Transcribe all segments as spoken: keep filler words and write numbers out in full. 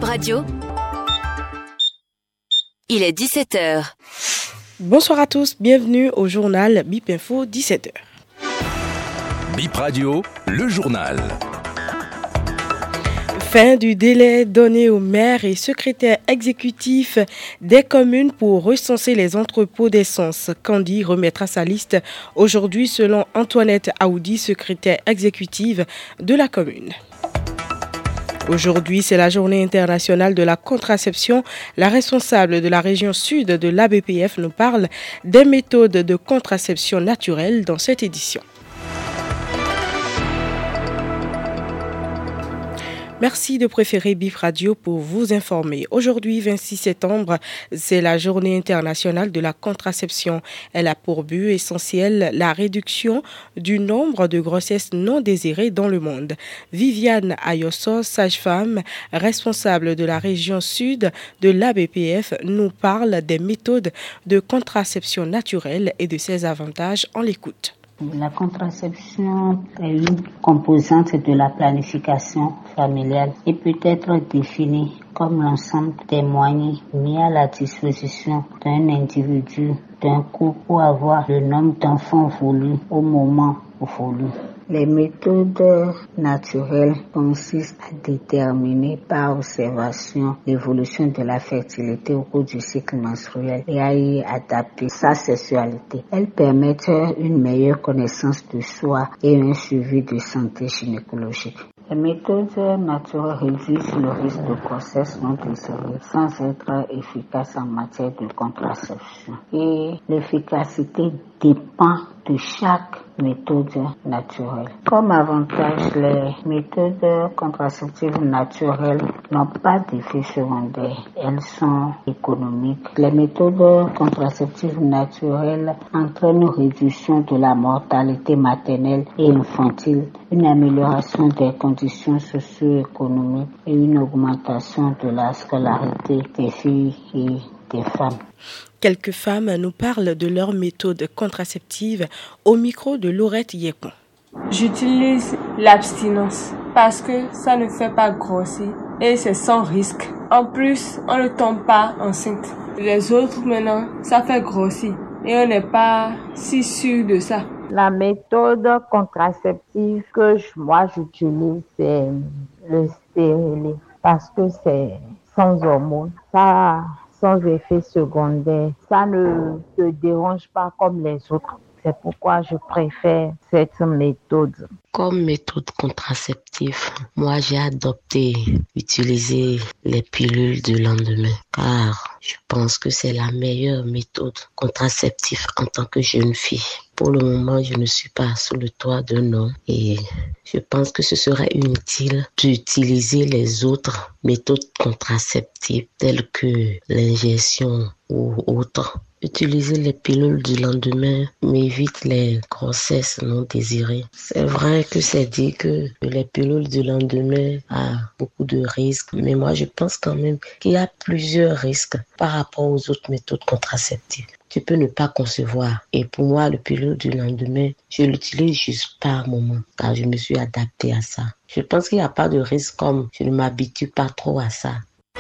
Radio. Il est dix-sept heures. Bonsoir à tous, bienvenue au journal B I P Info dix-sept heures. B I P Radio, le journal. Fin du délai donné aux maires et secrétaires exécutifs des communes pour recenser les entrepôts d'essence. Candy remettra sa liste aujourd'hui selon Antoinette Aoudi, secrétaire exécutive de la commune. Aujourd'hui, c'est la journée internationale de la contraception. La responsable de la région sud de l'A B P F nous parle des méthodes de contraception naturelle dans cette édition. Merci de préférer B I P Radio pour vous informer. Aujourd'hui, vingt-six septembre, c'est la journée internationale de la contraception. Elle a pour but essentiel la réduction du nombre de grossesses non désirées dans le monde. Viviane Ayosso, sage-femme, responsable de la région sud de l'A B P F, nous parle des méthodes de contraception naturelle et de ses avantages. On l'écoute. La contraception est une composante de la planification familiale et peut être définie comme l'ensemble des moyens mis à la disposition d'un individu, d'un couple pour avoir le nombre d'enfants voulus au moment voulu. Les méthodes naturelles consistent à déterminer par observation l'évolution de la fertilité au cours du cycle menstruel et à y adapter sa sexualité. Elles permettent une meilleure connaissance de soi et un suivi de santé gynécologique. Les méthodes naturelles réduisent le risque de grossesse non désirée sans être efficaces en matière de contraception. Et l'efficacité dépend de chaque méthode naturelle. Comme avantage, les méthodes contraceptives naturelles n'ont pas d'effet secondaire. Elles sont économiques. Les méthodes contraceptives naturelles entraînent une réduction de la mortalité maternelle et infantile, une amélioration des conditions socio-économiques et une augmentation de la scolarité des filles et des femmes. Quelques femmes nous parlent de leurs méthodes contraceptives au micro de Laurette Yekon. J'utilise l'abstinence parce que ça ne fait pas grossir et c'est sans risque. En plus, on ne tombe pas enceinte. Les autres maintenant, ça fait grossir et on n'est pas si sûr de ça. La méthode contraceptive que je, moi j'utilise, c'est le stérilet parce que c'est sans hormones. Ça sans effet secondaire. Ça ne te dérange pas comme les autres. C'est pourquoi je préfère cette méthode. Comme méthode contraceptive, moi j'ai adopté utiliser les pilules du lendemain car je pense que c'est la meilleure méthode contraceptive en tant que jeune fille. Pour le moment, je ne suis pas sous le toit d'un homme et je pense que ce serait inutile d'utiliser les autres méthodes contraceptives telles que l'injection ou autres. Utiliser les pilules du lendemain m'évite les grossesses non désirées. C'est vrai que c'est dit que les pilules du lendemain ont beaucoup de risques, mais moi je pense quand même qu'il y a plusieurs risques par rapport aux autres méthodes contraceptives. Tu peux ne pas concevoir. Et pour moi, le pilule du lendemain, je l'utilise juste par moment, car je me suis adaptée à ça. Je pense qu'il n'y a pas de risque comme je ne m'habitue pas trop à ça.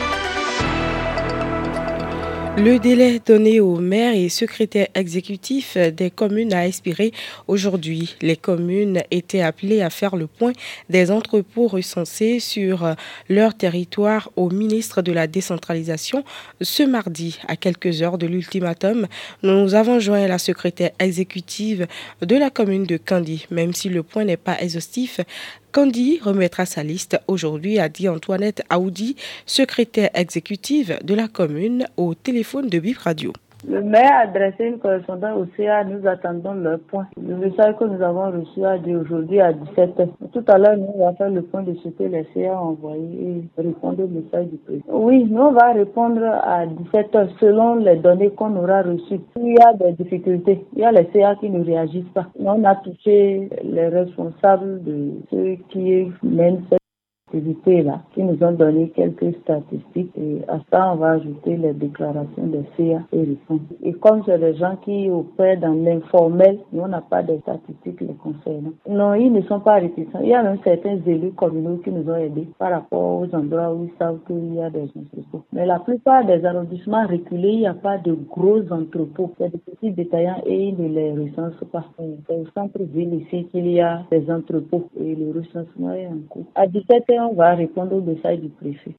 Le délai donné aux maires et secrétaires exécutifs des communes a expiré aujourd'hui. Les communes étaient appelées à faire le point des entrepôts recensés sur leur territoire au ministre de la Décentralisation ce mardi. À quelques heures de l'ultimatum, nous avons joint la secrétaire exécutive de la commune de Candy. Même si le point n'est pas exhaustif, Candy remettra sa liste aujourd'hui, a dit Antoinette Aoudi, secrétaire exécutive de la commune, au téléphone de B I P Radio. Le maire a adressé une correspondance au C A, nous attendons leur point. Le message que nous avons reçu a dit aujourd'hui à dix-sept heures. Tout à l'heure, nous allons faire le point de ce que les C A ont envoyé et répondre au message du président. Oui, nous on va répondre à dix-sept heures selon les données qu'on aura reçues. Il y a des difficultés, il y a les C A qui ne réagissent pas. On a touché les responsables de ceux qui mènent cette activités là, qui nous ont donné quelques statistiques et à ça on va ajouter les déclarations des C A et répondre. Et comme c'est des gens qui opèrent dans l'informel, nous on n'a pas de statistiques les concernant. Non, ils ne sont pas réticents. Il y a même certains élus communaux qui nous ont aidés par rapport aux endroits où ils savent qu'il y a des entrepôts. Mais la plupart des arrondissements reculés, il n'y a pas de gros entrepôts. Il y a des petits détaillants et ils ne les recensent pas. C'est au centre-ville ici qu'il y a des entrepôts et le recensement est en cours. À dix-sept heures, on va répondre au message du préfet.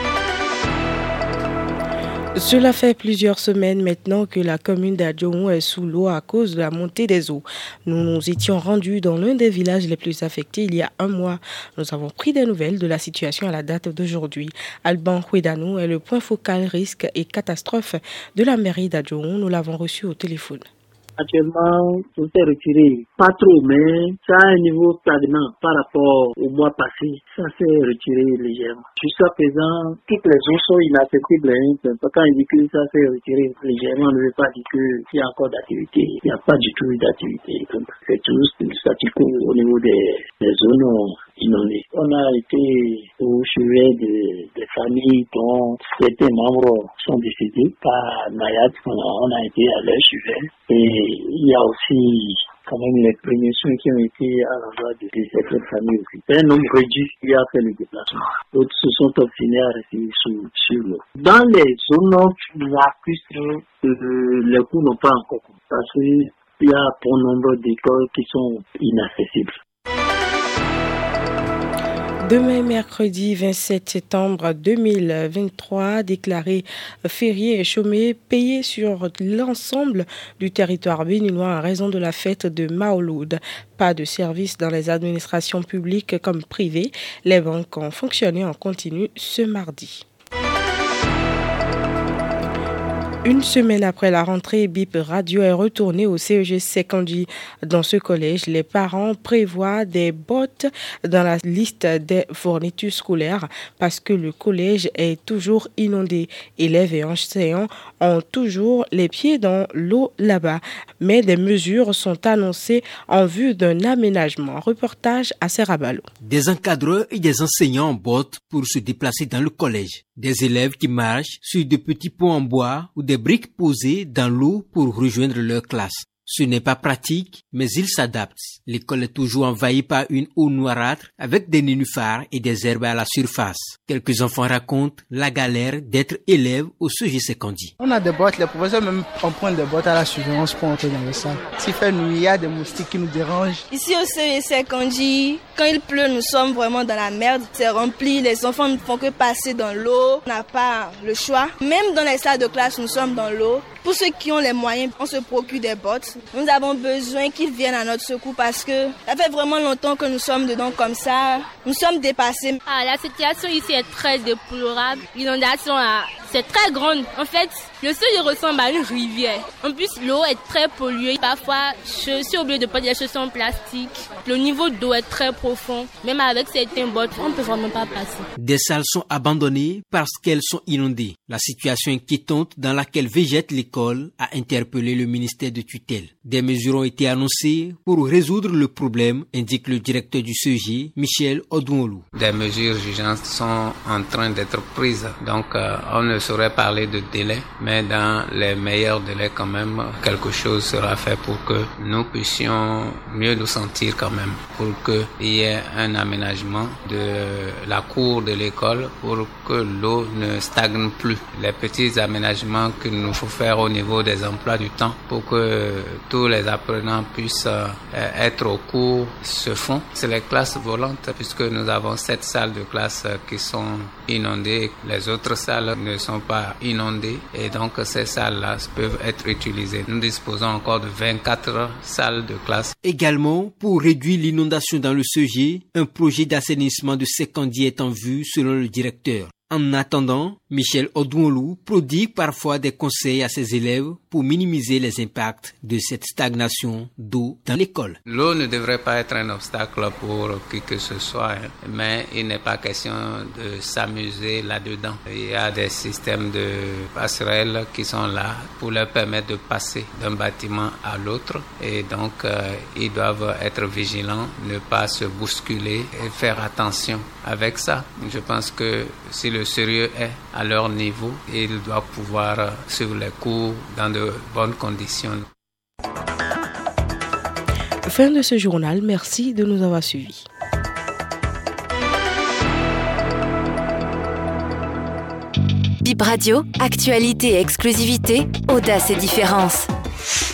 Cela fait plusieurs semaines maintenant que la commune d'Adjoun est sous l'eau à cause de la montée des eaux. Nous nous étions rendus dans l'un des villages les plus affectés il y a un mois. Nous avons pris des nouvelles de la situation à la date d'aujourd'hui. Alban Huedanou est le point focal risque et catastrophe de la mairie d'Adjoun. Nous l'avons reçu au téléphone. Actuellement, tout est retiré. Pas trop, mais ça a un niveau stagnant par rapport au mois passé. Ça s'est retiré légèrement. Jusqu'à présent, toutes les eaux sont inaccessibles. Hein. Quand il dit que ça s'est retiré légèrement, on ne veut pas dire qu'il y a encore d'activité. Il n'y a pas du tout d'activité. C'est juste le statu quo au niveau des, des zones inondées. On a été au chevet de, des familles dont certains membres sont décédés par Nayad. On a été à leur chevet. Et il y a aussi quand même les premiers soins qui ont été à l'endroit de, de certaines familles aussi. C'est un nombre réduit qui a fait le déplacement. D'autres se sont obstinés à rester sur, sur l'eau. Dans les zones lacustres, euh, les cours n'ont pas encore cours parce qu'il y a bon nombre d'écoles qui sont inaccessibles. Demain, mercredi vingt-sept septembre deux mille vingt-trois, déclaré férié et chômé, payé sur l'ensemble du territoire béninois en raison de la fête de Maouloud. Pas de service dans les administrations publiques comme privées. Les banques ont fonctionné en continu ce mardi. Une semaine après la rentrée, Bip Radio est retourné au C E G Sekondi. Dans ce collège, les parents prévoient des bottes dans la liste des fournitures scolaires parce que le collège est toujours inondé. Élèves et enseignants ont toujours les pieds dans l'eau là-bas. Mais des mesures sont annoncées en vue d'un aménagement. Reportage à Serrabalo. Des encadreurs et des enseignants en bottes pour se déplacer dans le collège. Des élèves qui marchent sur de petits ponts en bois ou des briques posées dans l'eau pour rejoindre leur classe. Ce n'est pas pratique, mais ils s'adaptent. L'école est toujours envahie par une eau noirâtre avec des nénuphars et des herbes à la surface. Quelques enfants racontent la galère d'être élève au C E G Sekondi. On a des bottes, les professeurs même empruntent des bottes à la surveillance pour entrer dans le salle. S'il fait nuit, il y a des moustiques qui nous dérangent. Ici au C E G Sekondi, quand il pleut, nous sommes vraiment dans la merde. C'est rempli, les enfants ne font que passer dans l'eau. On n'a pas le choix. Même dans les salles de classe, nous sommes dans l'eau. Pour ceux qui ont les moyens, on se procure des bottes. Nous avons besoin qu'ils viennent à notre secours parce que ça fait vraiment longtemps que nous sommes dedans comme ça. Nous sommes dépassés. Ah, la situation ici est très déplorable. L'inondation, là, c'est très grande. En fait, le sol ressemble à une rivière. En plus, l'eau est très polluée. Parfois, je suis obligée de porter des chaussons en plastique. Le niveau d'eau est très profond. Même avec certains bottes, on ne peut vraiment pas passer. Des salles sont abandonnées parce qu'elles sont inondées. La situation inquiétante dans laquelle végète l'école a interpellé le ministère de tutelle. Des mesures ont été annoncées pour résoudre le problème, indique le directeur du C E G, Michel Odouolou. Des mesures urgentes sont en train d'être prises. Donc, euh, on ne saurait parler de délai, mais dans les meilleurs délais quand même, quelque chose sera fait pour que nous puissions mieux nous sentir quand même, pour qu'il y ait un aménagement de la cour de l'école pour que l'eau ne stagne plus. Les petits aménagements qu'il nous faut faire au niveau des emplois du temps pour que tous les apprenants puissent euh, être au cours se font. C'est les classes volantes puisque nous avons sept salles de classe qui sont inondées. Les autres salles ne sont pas inondées et donc ces salles-là peuvent être utilisées. Nous disposons encore de vingt-quatre salles de classe. Également, pour réduire l'inondation dans le C E G, un projet d'assainissement de Sekondi est en vue selon le directeur. En attendant, Michel Odouolou prodigue parfois des conseils à ses élèves pour minimiser les impacts de cette stagnation d'eau dans l'école. L'eau ne devrait pas être un obstacle pour qui que ce soit, hein, mais il n'est pas question de s'amuser là-dedans. Il y a des systèmes de passerelles qui sont là pour leur permettre de passer d'un bâtiment à l'autre et donc euh, ils doivent être vigilants, ne pas se bousculer et faire attention avec ça. Je pense que si le sérieux est à leur niveau, ils doivent pouvoir suivre les cours dans de bonnes conditions. Fin de ce journal, merci de nous avoir suivis. Bip Radio, actualité et exclusivité, audace et différence.